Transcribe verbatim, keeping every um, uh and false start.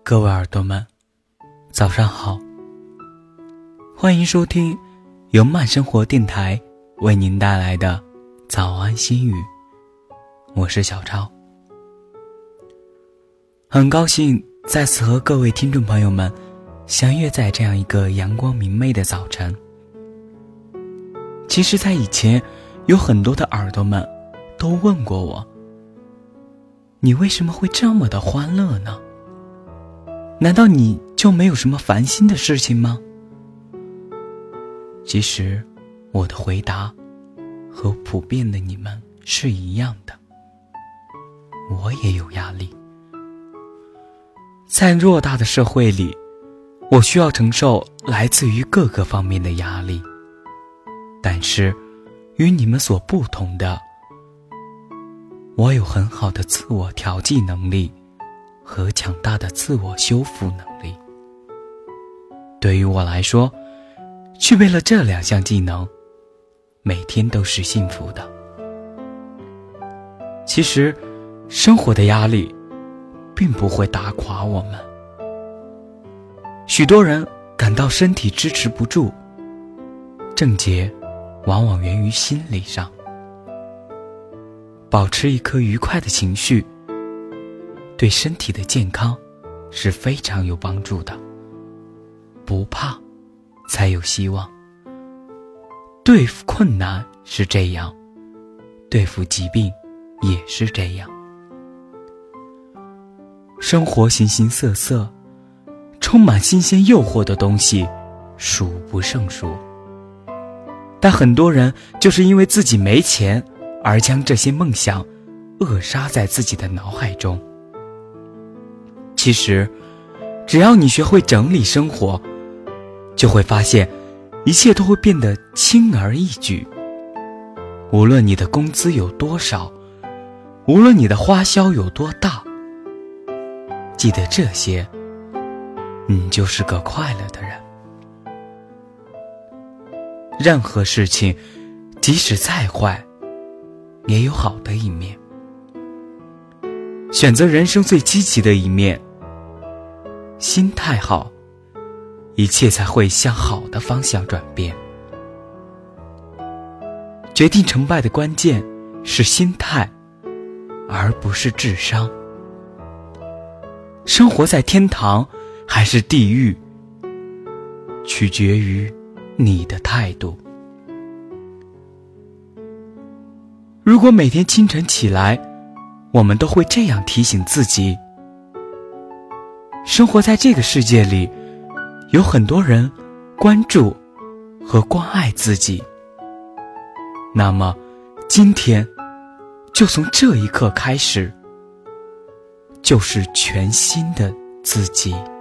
各位耳朵们，早上好，欢迎收听由慢生活电台为您带来的早安心语，我是小超。很高兴再次和各位听众朋友们相约在这样一个阳光明媚的早晨。其实在以前，有很多的耳朵们都问过我，你为什么会这么的欢乐呢？难道你就没有什么烦心的事情吗？其实我的回答和普遍的你们是一样的，我也有压力。在偌大的社会里，我需要承受来自于各个方面的压力，但是与你们所不同的，我有很好的自我调剂能力和强大的自我修复能力。对于我来说，具备了这两项技能，每天都是幸福的。其实，生活的压力并不会打垮我们。许多人感到身体支持不住，症结往往源于心理上。保持一颗愉快的情绪，对身体的健康是非常有帮助的。不怕，才有希望。对付困难是这样，对付疾病也是这样。生活形形色色，充满新鲜诱惑的东西数不胜数，但很多人就是因为自己没钱而将这些梦想扼杀在自己的脑海中。其实只要你学会整理生活，就会发现一切都会变得轻而易举。无论你的工资有多少，无论你的花销有多大，记得这些，你就是个快乐的人。任何事情即使再坏，也有好的一面。选择人生最积极的一面，心态好，一切才会向好的方向转变。决定成败的关键是心态，而不是智商。生活在天堂还是地狱，取决于你的态度。如果每天清晨起来，我们都会这样提醒自己，生活在这个世界里，有很多人关注和关爱自己，那么今天就从这一刻开始，就是全新的自己。